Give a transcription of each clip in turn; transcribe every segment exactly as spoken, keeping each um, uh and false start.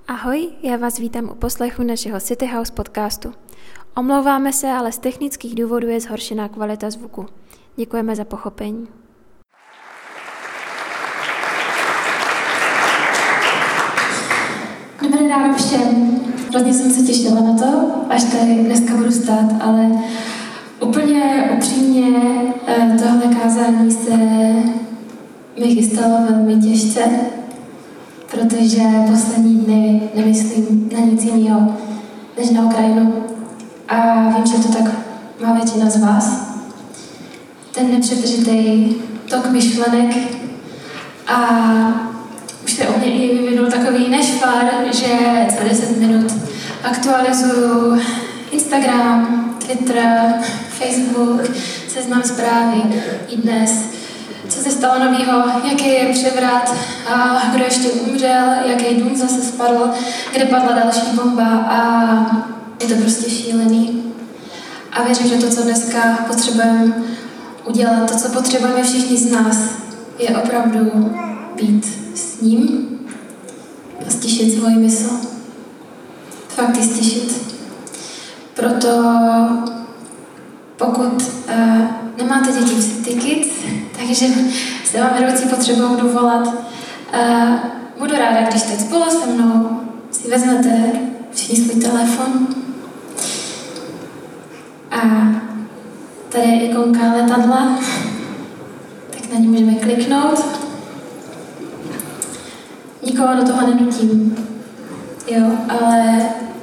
Ahoj, já vás vítám u poslechu našeho City House podcastu. Omlouváme se, ale z technických důvodů je zhoršená kvalita zvuku. Děkujeme za pochopení. Dobré ráno všem. Hrozně jsem se těšila na to, až tady dneska budu stát, ale úplně upřímně tohle kázání se mi chystalo velmi těžce, protože poslední dny nemyslím na nic jiného než na Ukrajinu. A vím, že to tak má většina z vás. Ten nepřetržitý tok myšlenek a už se u mě i vyvinul takový nešvar, že za deset minut aktualizuju Instagram, Twitter, Facebook, seznam zprávy i dnes. Co se stalo novýho, jaký je převrat, a kdo ještě umřel, jaký dům zase spadl, kde padla další bomba a je to prostě šílený. A věřím, že to, co dneska potřebujeme udělat, to, co potřebujeme všichni z nás, je opravdu být s ním a stišit svoji mysl. Fakt ji stišit. Proto pokud uh, nemáte děti v City Kids, takže se vám vedoucí potřebují dovolat. Uh, budu ráda, když teď spolu se mnou si vezmete všichni svůj telefon. A tady je ikonka letadla, tak na ní můžeme kliknout. Nikoho do toho nenutím, jo, ale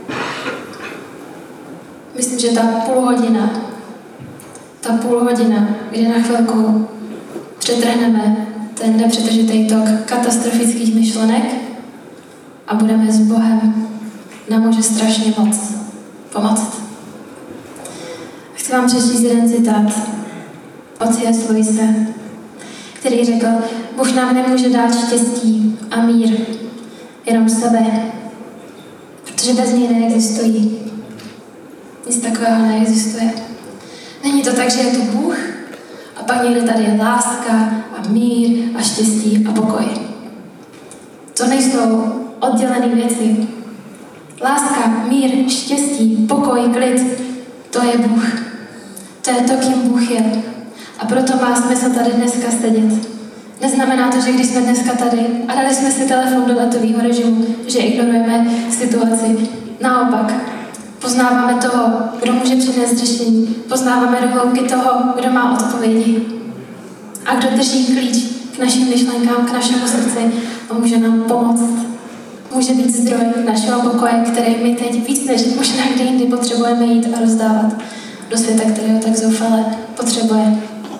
myslím, že ta půl hodina, ta půl hodina, kdy na chvilku přetrhneme ten nepřetržitý tok katastrofických myšlenek a budeme s Bohem, nám může strašně moc pomoct. Chci vám přečíst jeden citát od C S Lewise, který řekl: Bůh nám nemůže dát štěstí a mír, jenom sebe, protože bez něj neexistují. Nic takového neexistuje. Není to tak, že je tu Bůh a pak někde tady je láska a mír a štěstí a pokoj. To nejsou oddělené věci. Láska, mír, štěstí, pokoj, klid, to je Bůh. To je to, kým Bůh je. A proto má smysl tady dneska sedět. Neznamená to, že když jsme dneska tady a dali jsme si telefon do letového režimu, že ignorujeme situaci. Naopak, poznáváme toho, kdo může přinést řešení. Poznáváme do hloubky toho, kdo má odpovědi. A kdo drží klíč k našim myšlenkám, k našemu srdci a může nám pomoct. Může být zdroj našeho pokoje, který my teď víc než možná kdy jindy potřebujeme jít a rozdávat do světa, který ho tak zoufale potřebuje.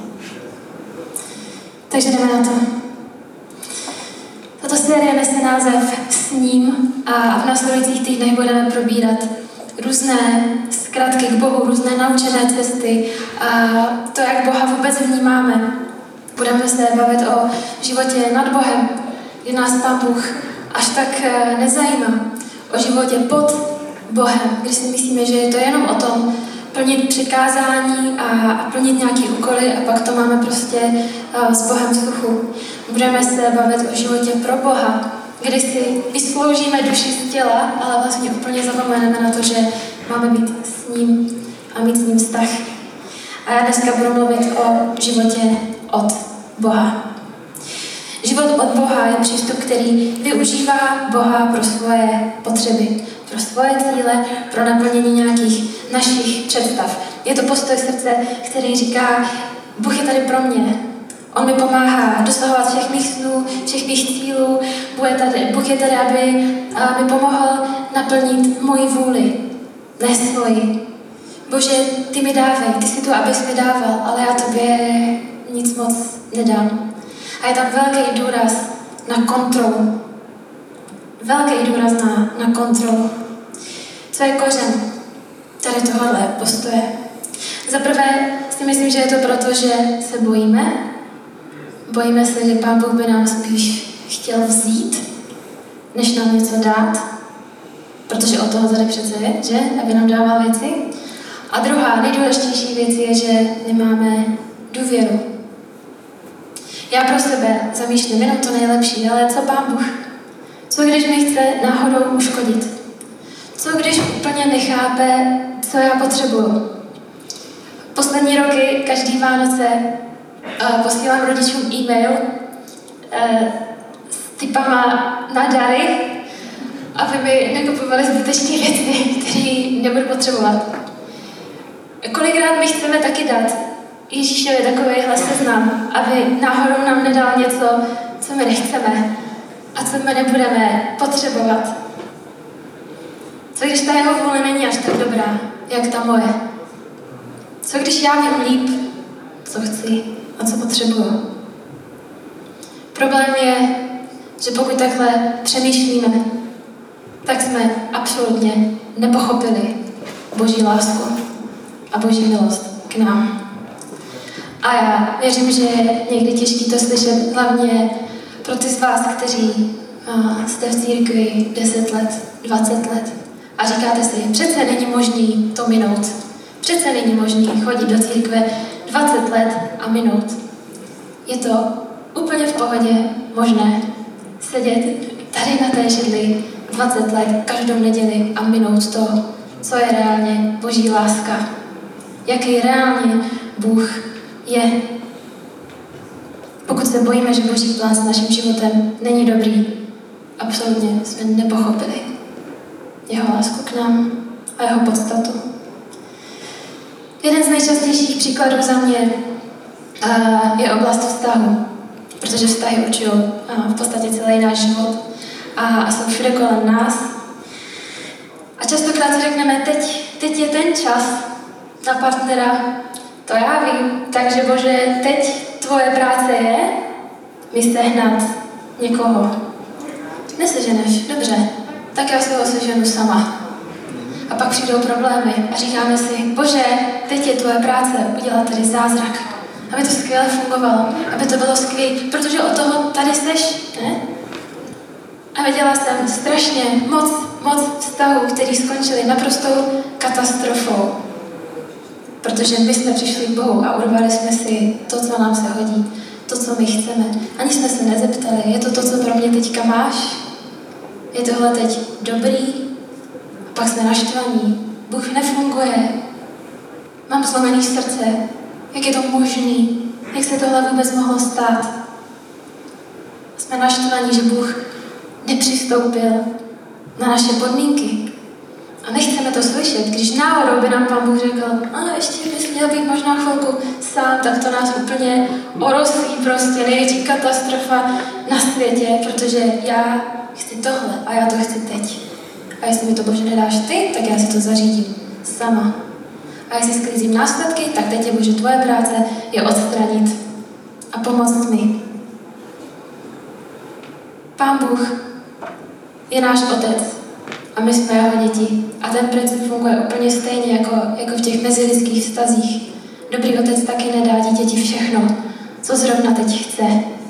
Takže jdeme na to. Tato série nese název S ním a v následujících týdnech budeme probírat různé zkratky k Bohu, různé naučené cesty a to, jak Boha vůbec vnímáme. Budeme se bavit o životě nad Bohem, kdy nás Pán Bůh až tak nezajímá. O životě pod Bohem, když si myslíme, že je to jenom o tom plnit přikázání a, a plnit nějaké úkoly a pak to máme prostě uh, s Bohem v vzduchu. Budeme se bavit o životě pro Boha, kdy si vysloužíme duši z těla, ale vlastně úplně zapomeneme na to, že máme být s ním a mít s ním vztah. A já dneska budu mluvit o životě od Boha. Život od Boha je přístup, který využívá Boha pro svoje potřeby, pro svoje cíle, pro naplnění nějakých našich představ. Je to postoj srdce, který říká: Bůh je tady pro mě. On mi pomáhá dosahovat všech mých snů, všech mých cílů. Bůh je tady, Bůh je tady, aby mi pomohl naplnit moji vůli, ne svoji. Bože, ty mi dávej, ty si tu, abys mi dával, ale já tobě nic moc nedám. A je tam velký důraz na kontrolu. Velký důraz na, na kontrolu. Co je kořen tady tohohle postoje? Za prvé si myslím, že je to proto, že se bojíme. Bojíme se, že Pán Bůh by nám spíš chtěl vzít, než nám něco dát. Protože o toho tady přece je, že? Aby nám dával věci. A druhá, nejdůležitější věc je, že nemáme důvěru. Já pro sebe zamýšlím jenom to nejlepší, ale co Pán Bůh? Co když mi chce náhodou uškodit? Co když úplně nechápe, co já potřebuju? Poslední roky, každý Vánoce, uh, posílám rodičům e-mail uh, s typama na dary, aby mi nekupovali zbytečné věci, které nebudu potřebovat. Kolikrát my chceme taky dát Ježíšovi takovýhle seznam, aby náhodou nám nedal něco, co my nechceme a co my nebudeme potřebovat. Co když ta jeho vůle není až tak dobrá, jak ta moje? Co když já vím líp, co chci a co potřebuju? Problém je, že pokud takhle přemýšlíme, tak jsme absolutně nepochopili Boží lásku a Boží milost k nám. A já věřím, že je někdy těžké to slyšet, hlavně pro ty z vás, kteří uh, jste v církvi deset let, dvacet let a říkáte si, přece není možný to minout. Přece není možný chodit do církve dvacet let a minout. Je to úplně v pohodě možné sedět tady na té židli dvacet let každou neděli a minout to, co je reálně Boží láska. Jaký reálně Bůh je. Pokud se bojíme, že Boží plán s naším životem není dobrý, absolutně jsme nepochopili jeho lásku k nám a jeho podstatu. Jeden z nejčastějších příkladů za mě je oblast vztahu, protože vztahy určují v podstatě celý náš život a jsou všude kolem nás. A častokrát si řekneme, teď, teď je ten čas na partnera, to já vím, takže Bože, teď tvoje práce je mi sehnat někoho. Neseženeš, dobře, tak já si ho seženu sama. A pak přijdou problémy a říkáme si, Bože, teď je tvoje práce udělat tady zázrak, aby to skvěle fungovalo, aby to bylo skvělé, protože od toho tady seš, ne? A viděla jsem strašně moc, moc vztahů, které skončily naprostou katastrofou. Protože my jsme přišli k Bohu a urvali jsme si to, co nám se hodí, to, co my chceme. Ani jsme se nezeptali, je to to, co pro mě teďka máš? Je tohle teď dobrý? A pak jsme naštvaní. Bůh nefunguje. Mám zlomený srdce. Jak je to možný? Jak se tohle vůbec mohlo stát? Jsme naštvaní, že Bůh nepřistoupil na naše podmínky. A nechceme to slyšet. Když náhodou by nám Pán Bůh řekl, a ještě bys měl být možná chvilku sám, tak to nás úplně orosí, prostě největší katastrofa na světě, protože já chci tohle a já to chci teď. A jestli mi to Bože nedáš ty, tak já si to zařídím sama. A jestli sklízím následky, tak teď je Bože tvoje práce je odstranit a pomoct mi. Pán Bůh je náš otec. A my jsme jeho děti. A ten princip funguje úplně stejně jako, jako v těch mezilidských vztazích. Dobrý otec taky nedá dítěti všechno, co zrovna teď chce.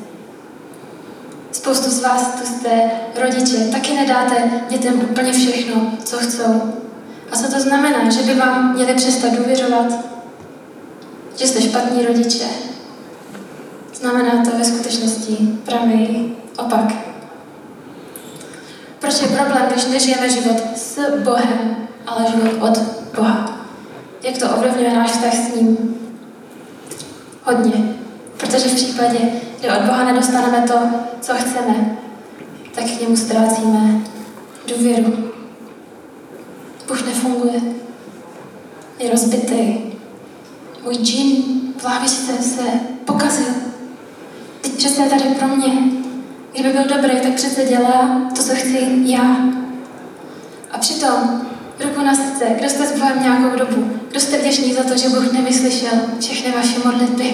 Spoustu z vás, tu jste rodiče, taky nedáte dětem úplně všechno, co chcou. A co to znamená? Že by vám měli přestat důvěřovat? Že jste špatní rodiče? Znamená to ve skutečnosti pravý opak. Proč je problém, když nežijeme život s Bohem, ale život od Boha? Jak to ovlivňuje náš vztah s ním? Hodně. Protože v případě, kdy od Boha nedostaneme to, co chceme, tak k němu ztrácíme důvěru. Bůh nefunguje. Je rozbitý. Můj džin v lávičce se pokazil. Teď přece je tady pro mě. Kdyby byl dobrý, tak přece dělá to, co chci já. A přitom, ruku na srdce, kdo jste s Bohem nějakou dobu, kdo jste vděční za to, že Bůh nevyslyšel všechny vaše modlitby.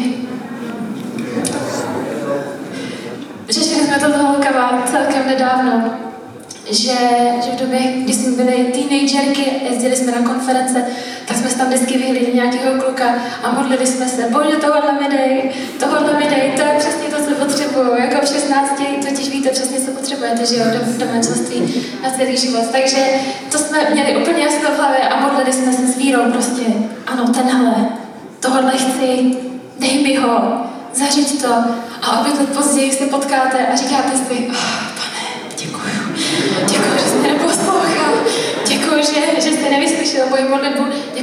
Řešili jsme to s holkama celkem nedávno, že, že v době, kdy jsme byli teenagerky, jezdili jsme na konference, tak jsme tam vždycky vyhlídli nějakého kluka a modlili jsme se, Bože, tohle mi dej, tohle mi dej, to je přesně to, co potřebuju. Jako v šestnácti totiž víte přesně, co potřebujete, že jo, do, do manželství na celý život. Takže to jsme měli úplně jasno v hlavě a modlili jsme se s vírou prostě, ano, tenhle, tohle chci, dej mi ho, zařiď to a o pět let později se potkáte a říkáte si, oh, Pane, děkuju.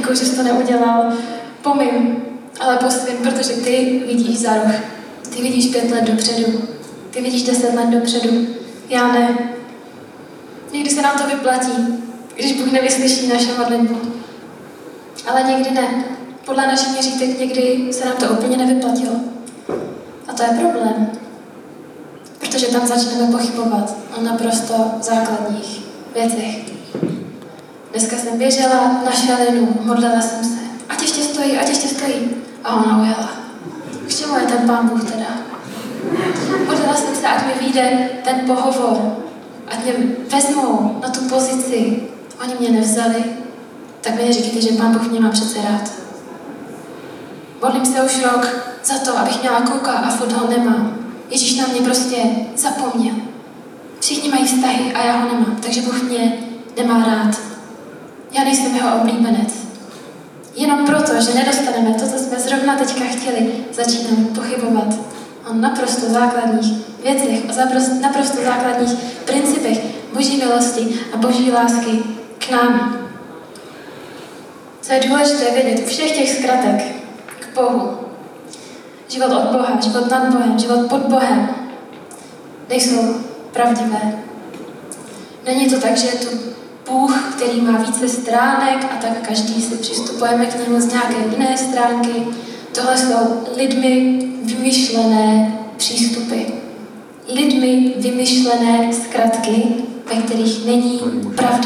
Děkuji, že jsi to neudělal po mým, ale po svým, protože ty vidíš za roh. Ty vidíš pět let dopředu. Ty vidíš deset let dopředu. Já ne. Někdy se nám to vyplatí, když Bůh nevyslyší naše modlitbu. Ale někdy ne. Podle našich měřítek někdy se nám to úplně nevyplatilo. A to je problém. Protože tam začneme pochybovat o naprosto základních věcech. Dneska jsem běžela na šalinu, modlila jsem se. Ať ještě stojí, ať ještě stojí. A ona ujela. K čemu je ten Pán Bůh teda? Modlila jsem se, ať mi vyjde ten pohovor. Ať mě vezmou na tu pozici. Oni mě nevzali. Tak mi neříkejte, že Pán Bůh mě má přece rád. Modlím se už rok za to, abych měla kluka a furt ho nemám. Ježíš na mě prostě zapomněl. Všichni mají vztahy a já ho nemám, takže Bůh mě nemá rád. Já nejsem jeho oblíbenec. Jenom proto, že nedostaneme to, co jsme zrovna teďka chtěli, začínáme pochybovat o naprosto základních věcech, o naprosto základních principech Boží milosti a Boží lásky k nám. Co je důležité vědět u všech těch zkratek k Bohu. Život od Boha, život nad Bohem, život pod Bohem nejsou pravdivé. Není to tak, že je tu Bůh, který má více stránek a tak každý si přistupujeme k němu z nějaké jiné stránky. Tohle jsou lidmi vymyšlené přístupy. Lidmi vymyšlené zkratky, ve kterých není pravda.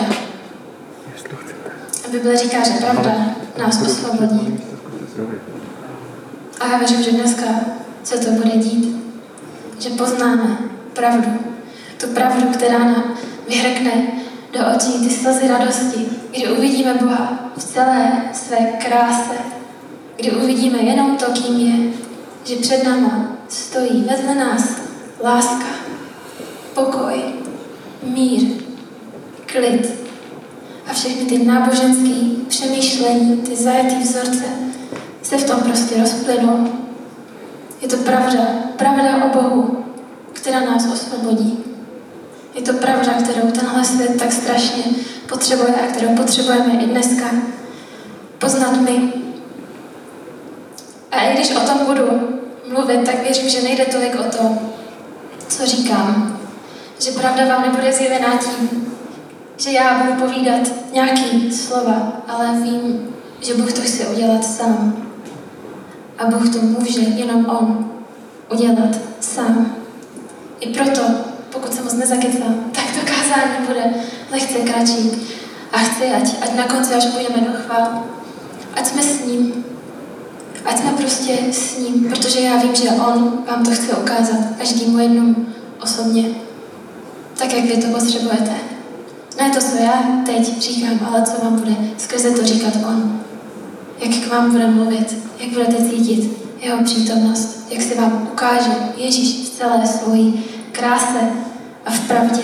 A Bible říká, že pravda nás osvobodí. A já věřím, že dneska se to bude dít. Že poznáme pravdu. Tu pravdu, která nám vyhrkne do očí ty slzy radosti, kdy uvidíme Boha v celé své kráse, kdy uvidíme jenom to, kým je, že před náma stojí vedle nás láska, pokoj, mír, klid a všechny ty náboženské přemýšlení, ty zajetý vzorce se v tom prostě rozplynou. Je to pravda, pravda o Bohu, která nás osvobodí. Je to pravda, kterou tenhle svět tak strašně potřebuje a kterou potřebujeme i dneska poznat my. A i když o tom budu mluvit, tak věřím, že nejde tolik o to, co říkám. Že pravda vám nebude zjevená tím, že já budu povídat nějaký slova, ale vím, že Bůh to chce udělat sám. A Bůh to může jenom On udělat sám. I proto, pokud se moc nezakecám, tak to kázání bude lehce kratší. A chci, ať, ať na konci, až půjdeme do chvál, ať jsme s ním. Ať jsme prostě s ním, protože já vím, že On vám to chce ukázat každému jednomu osobně. Tak, jak vy to potřebujete. Ne to, co já teď říkám, ale co vám bude skrze to říkat On. Jak k vám bude mluvit, jak budete cítit jeho přítomnost, jak se vám ukáže Ježíš v celé svojí kráse a v pravdě.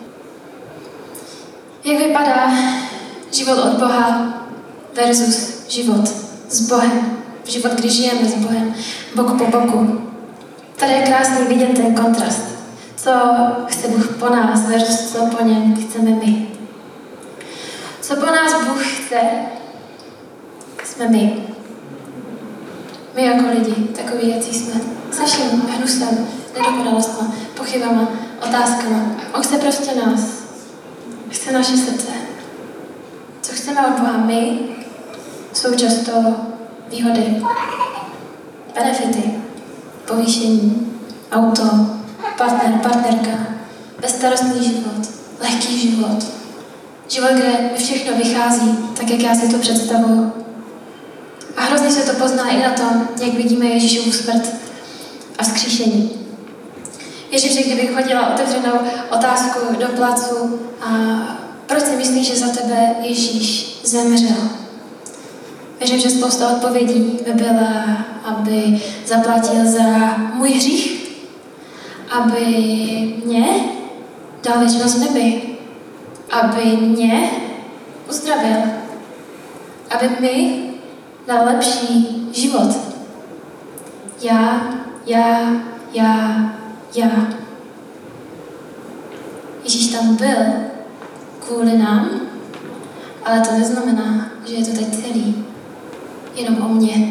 Jak vypadá život od Boha versus život s Bohem. Život, kdy žijeme s Bohem, bok po boku. Tady je krásný vidět ten kontrast. Co chce Bůh po nás versus co po něm chceme my. Co po nás Bůh chce, jsme my. My jako lidi, takový, jací jsme. Se vším hnusem, nedokonalostma, pochybama, otázkama. On chce prostě nás. Chce naše srdce. Co chceme od Boha my, jsou často výhody, benefity, povýšení, auto, partner, partnerka, bezstarostný život, lehký život. Život, kde mi všechno vychází, tak jak já si to představuju. A hrozně se to pozná i na tom, jak vidíme Ježíšovu smrt a vzkříšení. Věřím, že kdybych hodila otevřenou otázku do placu, a proč si myslíš, že za tebe Ježíš zemřel? Věřím, že spousta odpovědí by byla, aby zaplatil za můj hřích, aby mě dal věčnost v nebi, aby mě uzdravil, aby mi dal lepší život. Já, já, já, já. Ježíš tam byl kvůli nám, ale to neznamená, že je to teď celý. jenom o mně.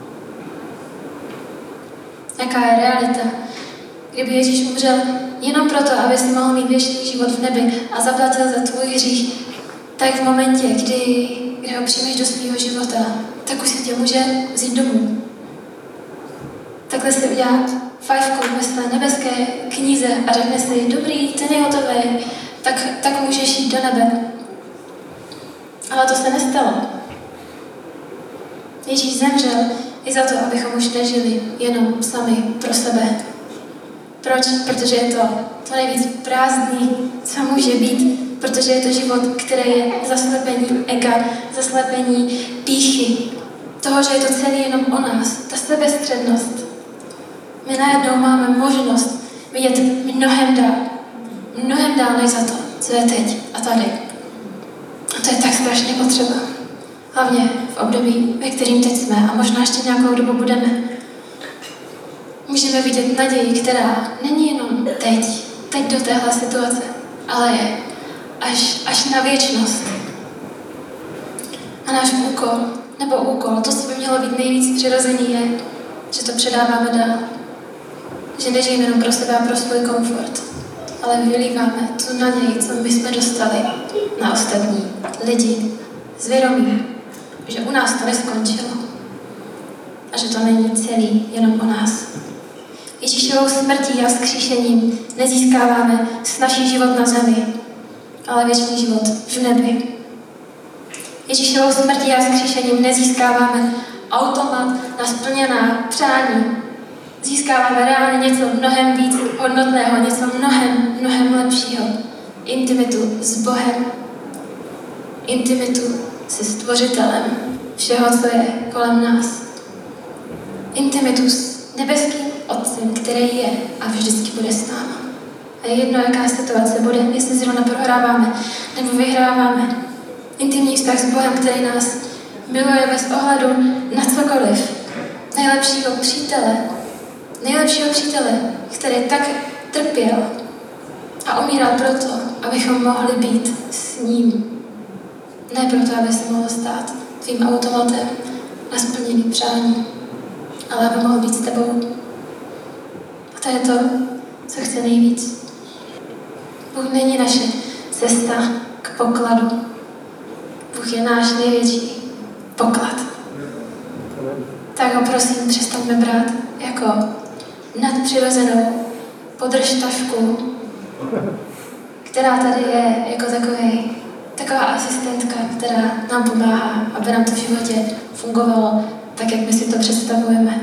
Jaká je realita? Kdyby Ježíš umřel jenom proto, aby si mohl mít věčný život v nebi a zaplatil za tvůj hřích, tak v momentě, kdy, kdy ho přijmeš do svého života, tak už si tě může vzít domů. Takhle si udělat fajfku ve své nebeské knize a řekne si, dobrý, ten je hotový, tak, tak můžeš jít do nebe. Ale to se nestalo. Ježíš zemřel i za to, abychom už nežili jenom sami pro sebe. Proč? Protože je to to nejvíc prázdný, co může být, protože je to život, který je zaslepení ega, zaslepení pýchy, toho, že je to celý jenom o nás, ta sebestřednost. My najednou máme možnost vidět mnohem dál, mnohem dál než za to, co je teď a tady. A to je tak strašně potřeba. Hlavně v období, ve kterým teď jsme a možná ještě nějakou dobu budeme. Můžeme vidět naději, která není jenom teď, teď do téhle situace, ale je až, až na věčnost. A náš úkol, nebo úkol, to, co by mělo být nejvíc přirozený, je, že to předáváme dál. Že nežijeme jenom pro sebe a pro svůj komfort, ale vylíváme tu naději, co my jsme dostali na ostatní lidi s vědomím, že u nás to neskončilo a že to není celý jenom o nás. Ježíšovou smrtí a vzkříšením nezískáváme snažší život na zemi, ale věčný život v nebi. Ježíšovou smrtí a vzkříšením nezískáváme automat na splněná přání. Získáváme reálně něco mnohem víc hodnotného, něco mnohem, mnohem lepšího. Intimitu s Bohem. Intimitu se Stvořitelem všeho, co je kolem nás. Intimitu s nebeským Otcem, který je a vždycky bude s náma. A je jedno, jaká situace bude, jestli zrovna prohráváme nebo vyhráváme. Intimní vztah s Bohem, který nás miluje bez ohledu na cokoliv. Nejlepšího přítele, nejlepšího přítele, který tak trpěl a umíral proto, abychom mohli být s ním. Ne proto, aby se mohl stát tvým automatem na splnění přání, ale aby mohl být s tebou. A to je to, co chce nejvíc. Bůh není naše cesta k pokladu. Bůh je náš největší poklad. Tak ho prosím přestaňme brát jako nadpřirozenou podržtašku, která tady je jako takový, taková asistentka, která nám pomáhá, aby nám to v životě fungovalo tak, jak my si to představujeme.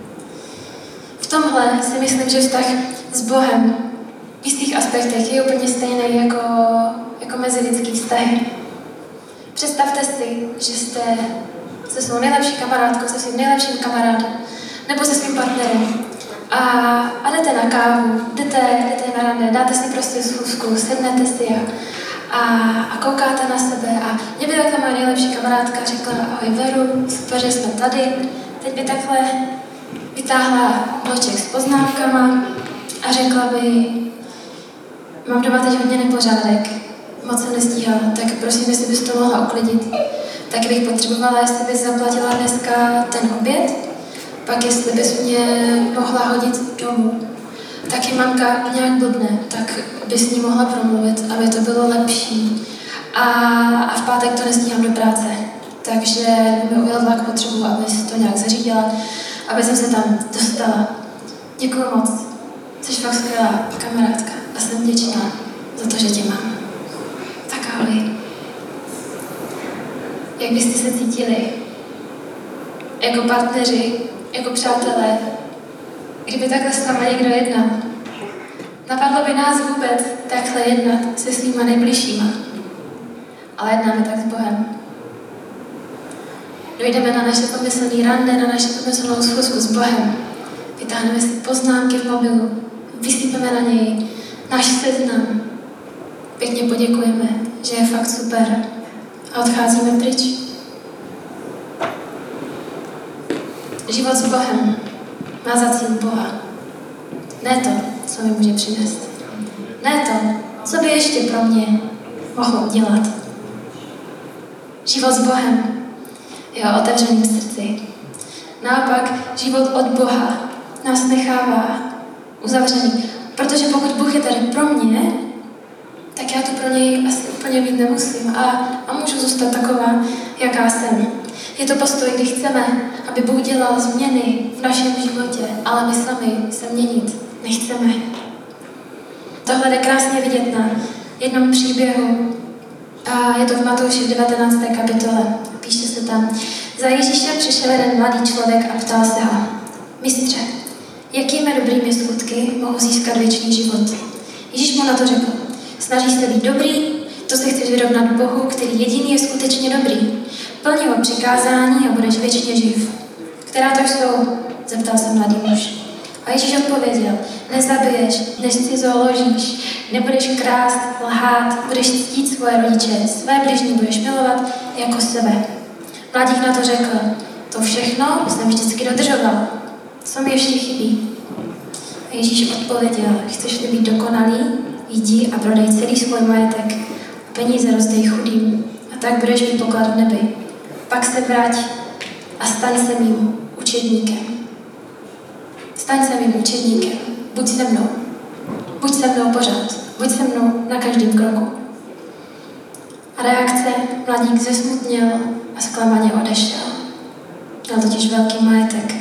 V tomhle si myslím, že vztah s Bohem v jistých aspektech je úplně stejný jako, jako mezilidský vztahy. Představte si, že jste se svou nejlepší kamarádkou, se svým nejlepším kamarádem nebo se svým partnerem a, a jdete na kávu, jdete, jdete na rande, dáte si prostě schůzku, sednete si a, a, a koukáte na sebe a mě by takhle moje nejlepší kamarádka řekla, ahoj Veru, super, že jsme tady, teď by takhle vytáhla bloček s poznámkama a řekla by, mám doma teď hodně nepořádek, moc jsem nestíhala, tak prosím, jestli bys to mohla uklidit. Tak bych potřebovala, jestli bys zaplatila dneska ten oběd, pak jestli bys mě mohla hodit domů. Taky mamka nějak blbne, tak bys s ní mohla promluvit, aby to bylo lepší. A, a v pátek to nestíhám do práce, takže mi ujel vlak, potřebuji, abys to nějak zařídila, aby jsem se tam dostala. Děkuju moc, jsi fakt skvělá kamarádka a jsem vděčná za to, že tě mám. Tak ahoj. Jak byste se cítili? Jako partneři, jako přátelé, kdyby takhle s náma někdo jednal? Napadlo by nás vůbec takhle jednat se svýma nejbližšíma. Ale jednáme tak s Bohem. Dojdeme na naše pomyslný rande, na naše pomyslnou schůzku s Bohem. Vytáhneme si poznámky v mobilu, vysypeme na něj náš seznam. Pěkně poděkujeme, že je fakt super. A odcházíme pryč. Život s Bohem má za cíl Boha. Ne to, co mi může přinést. Ne to, co by ještě pro mě mohlo udělat. Život s Bohem jeho otevřeným srdci. Naopak, život od Boha nás nechává uzavřený, protože pokud Bůh je tady pro mě, tak já tu pro něj asi úplně být nemusím a, a můžu zůstat taková, jaká jsem. Je to postoj, kdy chceme, aby Bůh dělal změny v našem životě, ale my sami se měnit nechceme. Tohle jde krásně vidět na jednom příběhu. A je to v Matouši v devatenácté kapitole. Píše se tam: Za Ježíšem přišel jeden mladý člověk a ptal se ho: Mistře, jakými dobrými skutky mohu získat věčný život? Ježíš mu na to řekl: Snažíš se být dobrý, to se chceš vyrovnat Bohu, který jediný je skutečně dobrý. Plň jeho přikázání a budeš věčně živ. Která to jsou? Zeptal se mladý muž. A Ježíš odpověděl: Nezabiješ, nezcizoložíš, nebudeš krást, lhát, budeš ctít svoje rodiče, své bližní budeš milovat jako sebe. Mladík na to řekl: To všechno jsem vždycky dodržoval. Co mi ještě chybí? A Ježíš odpověděl: Chceš-li být dokonalý? Jdi a prodej celý svůj majetek a peníze rozdej chudým a tak budeš mít poklad v nebi. Pak se vrať a staň se mým učedníkem. Staň se mým učedníkem. Buď se mnou. Buď se mnou pořád. Buď se mnou na každém kroku. A reakce: mladík zesmutněl a zklamaně odešel. Měl totiž velký majetek.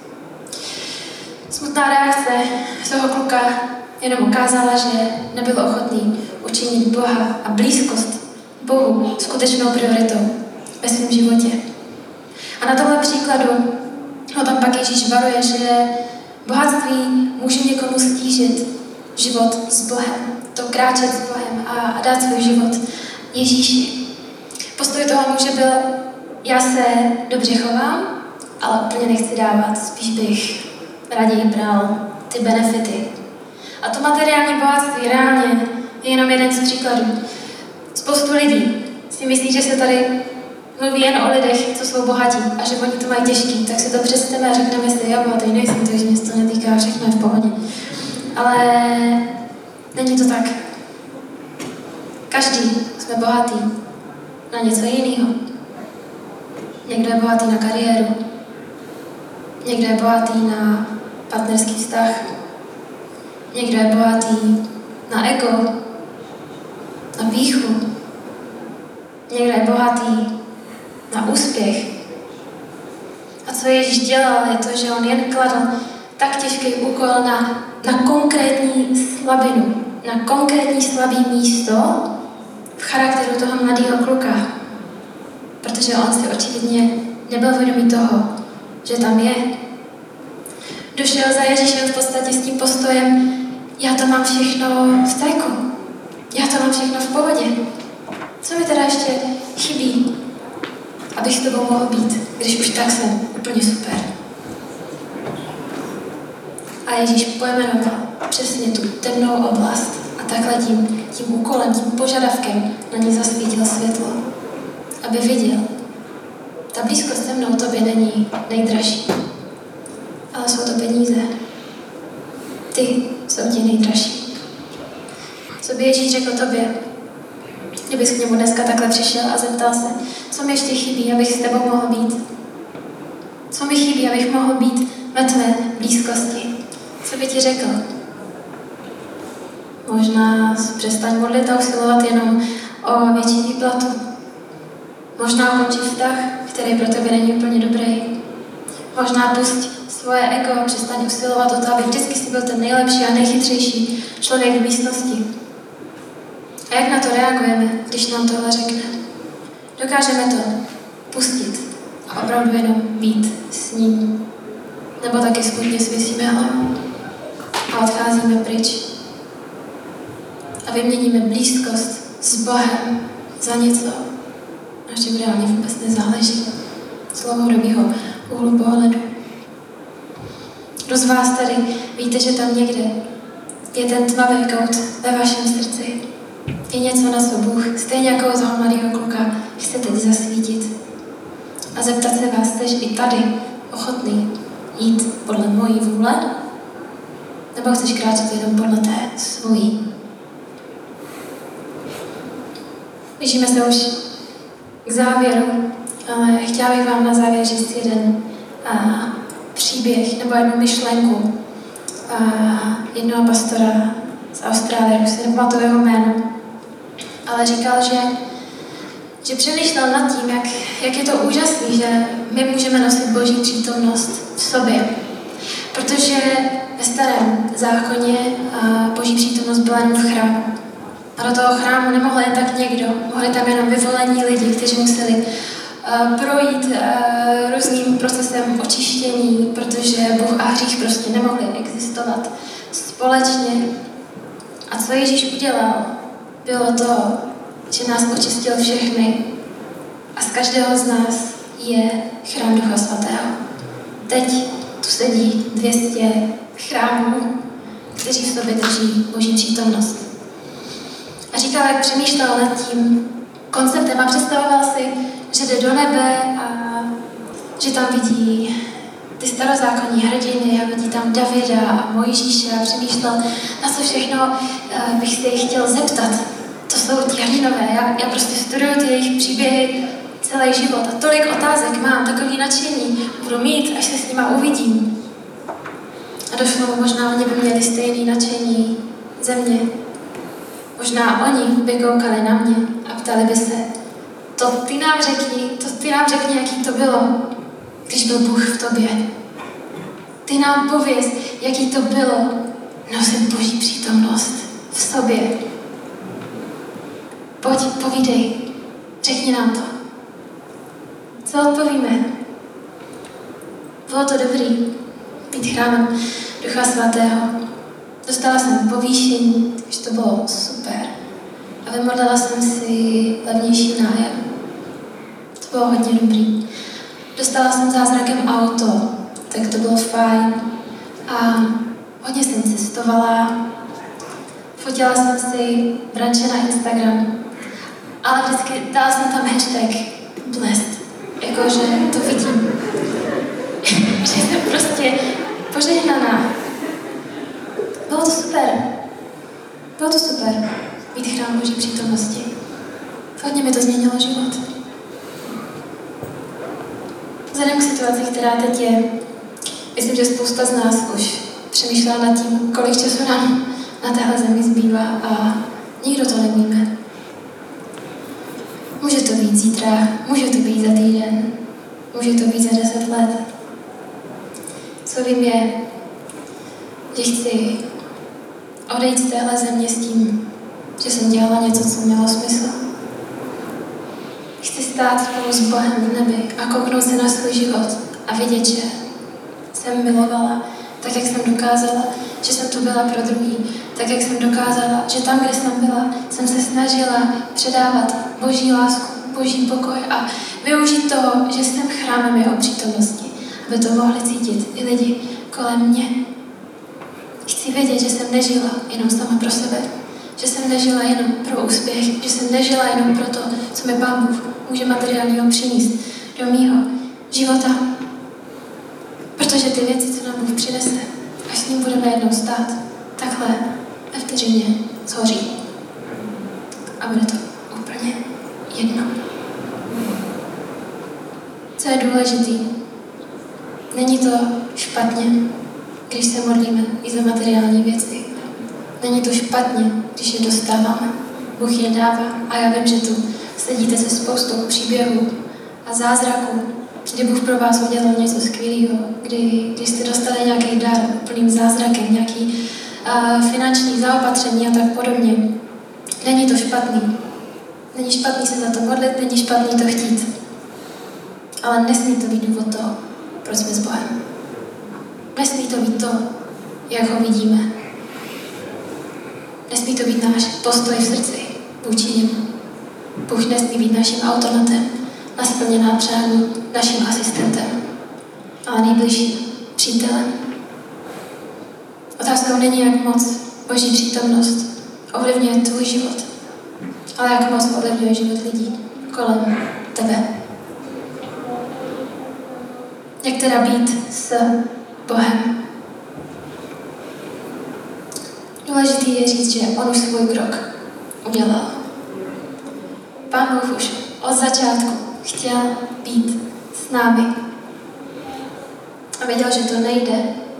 Smutná reakce toho kluka jenom ukázala, že nebyl ochotný učinit Boha a blízkost Bohu skutečnou prioritou ve svém životě. A na tomhle příkladu ho tam pak Ježíš varuje, že bohatství může někomu stížit život s Bohem, to kráčet s Bohem a, a dát svůj život Ježíši. Postoj toho muže byl: já se dobře chovám, ale úplně nechci dávat, spíš bych raději bral ty benefity. A to materiální bohatství reálně je jenom jeden z příkladů. Spoustu lidí si myslí, že se tady mluví jen o lidech, co jsou bohatí a že oni to mají těžký, tak si to představíme a řekneme si: já bohatý nejsem, takže mě to netýká, všechno je v pohodě. Ale není to tak. Každý jsme bohatý na něco jiného. Někdo je bohatý na kariéru, někdo je bohatý na partnerský vztah, někdo je bohatý na ego, na pýchu, někdo je bohatý na úspěch. A co Ježíš dělal, je to, že on jen kladl tak těžký úkol na, na konkrétní slabinu, na konkrétní slabý místo v charakteru toho mladého kluka. Protože on si očividně nebyl vědomý toho, že tam je. Došel za Ježíšem v podstatě s tím postojem: já to mám všechno v cajku, já to mám všechno v pohodě. Co mi teda ještě chybí, abych s tebou mohl být, když už tak jsem úplně super. A Ježíš pojmenoval přesně tu temnou oblast a takhle tím, tím úkolem, tím požadavkem na ní zasvítil světlo, aby viděl: ta blízkost se mnou tobě není nejdražší, ale jsou to peníze. Ty jsou ti nejdražší. Co by Ježíš řekl tobě, kdybys k němu dneska takhle přišel a zeptal se: co mi ještě chybí, abych s tebou mohl být? Co mi chybí, abych mohl být ve tvé blízkosti? Co by ti řekl? Možná přestaň modlit a usilovat jenom o větší výplatu. Možná ukončit vztah, který pro tebe není úplně dobrý. Možná pusť svoje ego a přestaň usilovat o to, aby vždycky si byl ten nejlepší a nejchytřejší člověk v místnosti. A jak na to reagujeme, když nám tohle řekne? Dokážeme to pustit a opravdu jenom být s ním. Nebo taky smutně svisíme hlavu a odcházíme pryč. A vyměníme blízkost s Bohem za něco, na čem reálně vůbec nezáleží. Z dlouhodobého úhlu pohledu. Kdo z vás tady víte, že tam někde je ten tmavý kout ve vašem srdci? Je něco, na co Bůh, stejně jako u toho mladého kluka, chce teď zasvítit. A zeptat se vás, jsi i tady ochotný jít podle mojí vůle? Nebo chceš kráčet jenom podle té svojí? Blížíme se už k závěru Ale chtěla bych vám na závěr říct jeden a, příběh nebo jednu myšlenku a, jednoho pastora z Austrálie, už si nepamatuju jeho jméno, ale říkal, že, že přemýšlel nad tím, jak, jak je to úžasné, že my můžeme nosit Boží přítomnost v sobě. Protože ve starém zákoně Boží přítomnost byla jen v chrámu. A do toho chrámu nemohl jen tak někdo, mohli tam jenom vyvolení lidi, kteří museli uh, projít uh, různým procesem očištění, protože Bůh a hřích prostě nemohli existovat společně. A co Ježíš udělal, bylo to, že nás očistil všechny a z každého z nás je chrám Ducha Svatého. Teď tu sedí dvě stě chrámů, kteří v sobě drží Boží přítomnost. A říkal, jak přemýšlel nad tím konceptem a představoval si, že jde do nebe a že tam vidí ty starozákonní hrdiny a vidí tam Davida a Mojžíše a přemýšlel, na co všechno bych se jich chtěl zeptat. To jsou ti hrdinové, já, já prostě studuju ty jejich příběhy celý život a tolik otázek mám, takový nadšení budu mít, až se s nima uvidím. A došlo mu, možná oni by měli stejné nadšení ze mě. Možná oni by koukali na mě a ptali by se, to ty nám řekni, to ty nám řekni, jaký to bylo, když byl Bůh v tobě. Ty nám pověz, jaký to bylo nosit Boží přítomnost v sobě. Pojď, povídej, řekni nám to. Co odpovíme? Bylo to dobrý být chrámem Ducha Svatého. Dostala jsem povýšení, takže to bylo super. A vymodlila jsem si levnější nájem. To bylo hodně dobrý. Dostala jsem zázrakem auto, tak to bylo fajn. A hodně jsem cestovala. Fotila jsem si branče na Instagram. Ale vždycky dala jsem tam hashtag blessed. Jakože to vidím. Že jsem prostě požehnaná. Bylo to super. Bylo to super. Být chrám Boží přítomnosti. Hodně mi to změnilo život. Vzhledem k situaci, která teď je, myslím, že spousta z nás už přemýšlela nad tím, kolik času nám na téhle zemi zbývá a nikdo to nevíme. Může to být zítra, může to být za týden, může to být za deset let. Co vím je, že chci odejít z téhle země s tím, že jsem dělala něco, co mělo smysl. Chci stát spolu s Bohem v nebi a kouknout se na svůj život a vidět, že jsem milovala tak, jak jsem dokázala, že jsem tu byla pro druhý, tak, jak jsem dokázala, že tam, kde jsem byla, jsem se snažila předávat Boží lásku, Boží pokoj a využít toho, že jsem chrámem jeho přítomnosti, aby to mohli cítit i lidi kolem mě. Chci vědět, že jsem nežila jenom sama pro sebe, že jsem nežila jenom pro úspěch, že jsem nežila jenom pro to, co mi Pán Bůh může materiálního přinést do mýho života. Protože ty věci, co nám Bůh přinese, až s ním budeme jednou stát, takhle ve vteřině zhoří. A bude to úplně jedno. Co je důležitý, není to špatně, když se modlíme i za materiální věci. Není to špatně, když je dostáváme. Bůh je dává a já vím, že tu sedíte se spoustou příběhů a zázraků, kdy Bůh pro vás udělal něco skvělého, kdy, kdy jste dostali nějaký dar úplným zázrakem, nějaký uh, finanční zaopatření a tak podobně. Není to špatný. Není špatný se za to modlit, není špatný to chtít. Ale nesmí to být důvod toho, proč jsme s Bohem. Nesmí to být to, jak ho vidíme. Nesmí to být náš postoj v srdci vůči němu. Bůh nesmí být naším automatem, na splněná přání, naším asistentem, ale nejbližším přítelem. Otázkou není, jak moc Boží přítomnost ovlivňuje tvůj život, ale jak moc ovlivňuje život lidí kolem tebe. Jak teda být s Bohem? Důležitý je říct, že on už svůj krok udělal. Pán Bůh už od začátku chtěl být s námi. A věděl, že to nejde.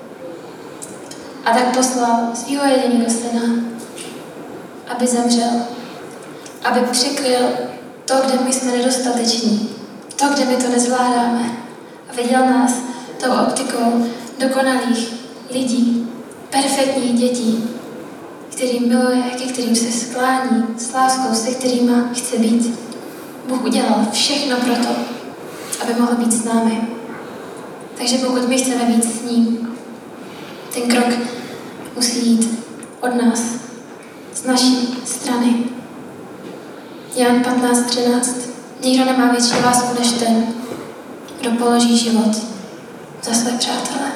A tak poslal svého jediného syna, aby zemřel, aby přikryl to, kde my jsme nedostateční, to, kde my to nezvládáme. A viděl nás tou optikou dokonalých lidí, perfektních dětí, kterým miluje, ke kterým se sklání, s láskou, se kterýma chce být. Bůh udělal všechno pro to, aby mohl být s námi. Takže pokud my chceme být s ním, ten krok musí jít od nás, z naší strany. Jan patnáct třináct. Nikdo nemá větší lásku než ten, kdo položí život za své přátele.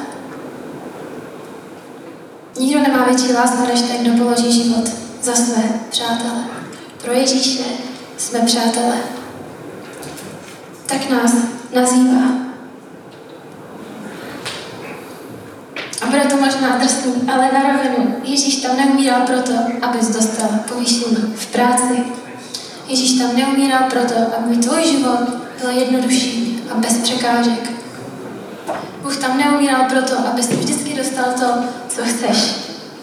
Nikdo nemá větší lásku než ten, kdo položí život za své přátele. Pro Ježíše jsme přátelé. Tak nás nazývá. A bude to možná drsný, ale na rovinu. Ježíš tam neumíral proto, abys dostal povýšení v práci. Ježíš tam neumíral proto, aby tvůj život byl jednodušší a bez překážek. Bůh tam neumíral proto, abys vždycky dostal to, co chceš.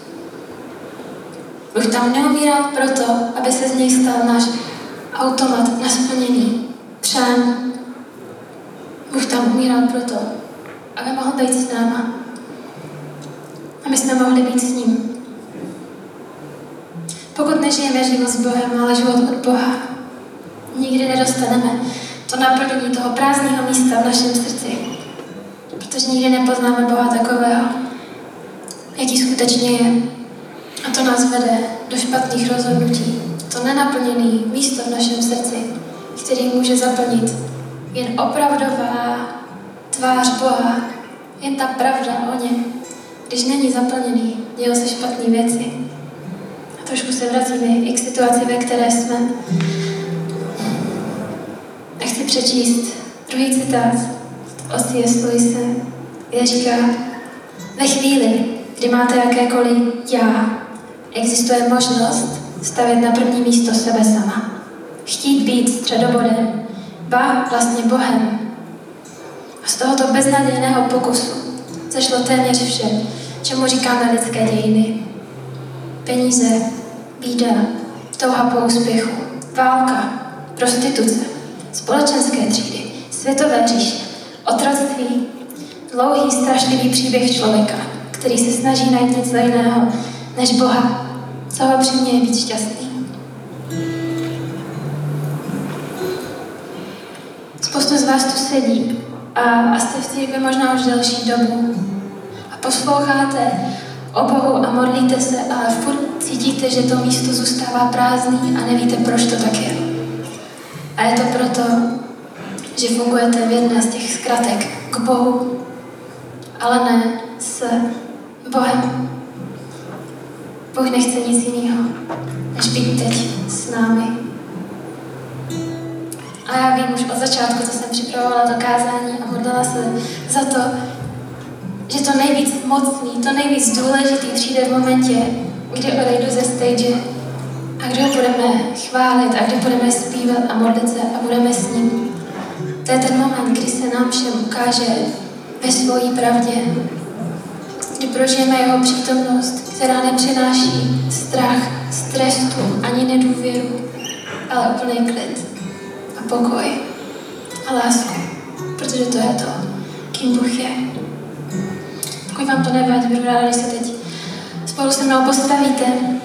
Bůh tam neumíral proto, aby se z něj stal náš automat na splnění přání. Bůh tam umíral proto, aby mohl být s náma. Aby jsme mohli být s ním. Pokud nežijeme život s Bohem, ale život od Boha, nikdy nedostaneme to naplnění toho prázdného místa v našem srdci. Protože nikdy nepoznáme Boha takového, jaký skutečně je. A to nás vede do špatných rozhodnutí. To nenaplněné místo v našem srdci, který může zaplnit jen opravdová tvář Boha, jen ta pravda o něm. Když není zaplněný, dějou se špatné věci. A trošku se vracíme i k situaci, ve které jsme. A chci přečíst druhý citát od C S Lewise, kde říká: ve chvíli, kdy máte jakékoliv já, existuje možnost stavět na první místo sebe sama. Chtít být středobodem, ba vlastně Bohem. A z tohoto beznadějného pokusu zašlo téměř vše, čemu říkáme lidské dějiny. Peníze, bída, touha po úspěchu, válka, prostituce, společenské třídy, světové říše, otroctví, dlouhý strašlivý příběh člověka, který se snaží najít něco jiného než Boha, co ho přiměje být šťastný. Spoustu z vás tu sedí a, a jste v církvi možná už delší dobu a posloucháte o Bohu a modlíte se, ale furt cítíte, že to místo zůstává prázdný a nevíte, proč to tak je. A je to proto, že fungujete v jedné z těch zkratek k Bohu, ale ne s Bohem. Bůh nechce nic jiného, než být teď s námi. A já vím už od začátku, co jsem připravovala do kázání a modlila se za to, že to nejvíc mocný, to nejvíc důležitý přijde v momentě, kdy odejdu ze stage a kdy ho budeme chválit a kdy budeme zpívat a modlit se a budeme s ním. To je ten moment, kdy se nám všem ukáže ve svojí pravdě, kdy prožijeme jeho přítomnost, která nepřináší strach, stresu ani nedůvěru, ale úplný klid a pokoj a lásku, protože to je to, kým Bůh je. Pokud vám to nevadí, budu ráda, když se teď spolu se mnou postavíte.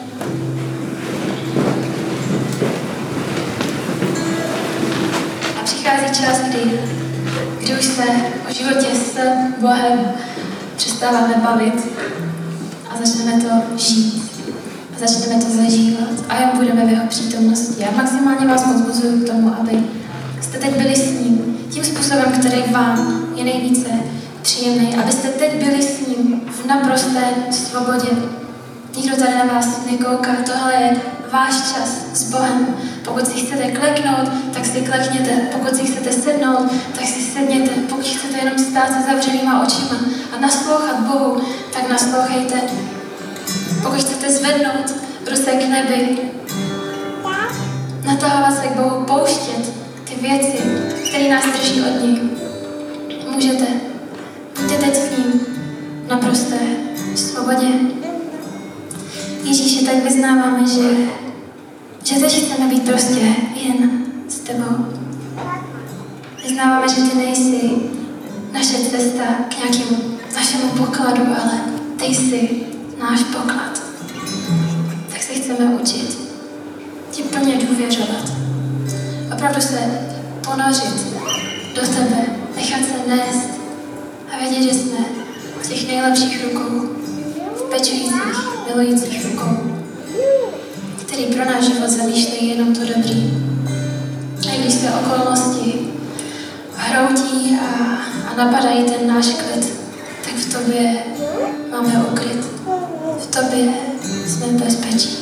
A přichází čas, kdy, kdy už se o životě s Bohem přestáváme bavit a začneme to žít. A začneme to zažívat a jen budeme v jeho přítomnosti. A maximálně vás pozbuzuju k tomu, aby jste teď byli s ním tím způsobem, který vám je nejvíce příjemný, abyste teď byli s ním v naprosté svobodě. Nikdo tady na vás nekouká, tohle je váš čas s Bohem. Pokud si chcete kleknout, tak si klekněte. Pokud si chcete sednout, tak si sedněte. Pokud chcete jenom stát se zavřenýma očima a naslouchat Bohu, tak naslouchejte. Pokud chcete zvednout ruce k nebi, natahovat se k Bohu, pouštět ty věci, které nás drží od něj. Můžete. Buďte teď s ním v naprosté svobodě. Ježíši, tak vyznáváme, že, že teď chceme být prostě jen s tebou. Vyznáváme, že ty nejsi naše cesta k nějakému našemu pokladu, ale ty jsi náš poklad. Tak se chceme učit ti plně důvěřovat. Opravdu se ponořit do tebe, nechat se nést a vědět, že jsme v těch nejlepších rukou, v pečujících, milujících rukou, který pro náš život zamýšlejí jenom to dobrý. A když se okolnosti hroutí a, a napadají ten náš klid, tak v tobě máme ukryt. V tobě jsme v bezpečí.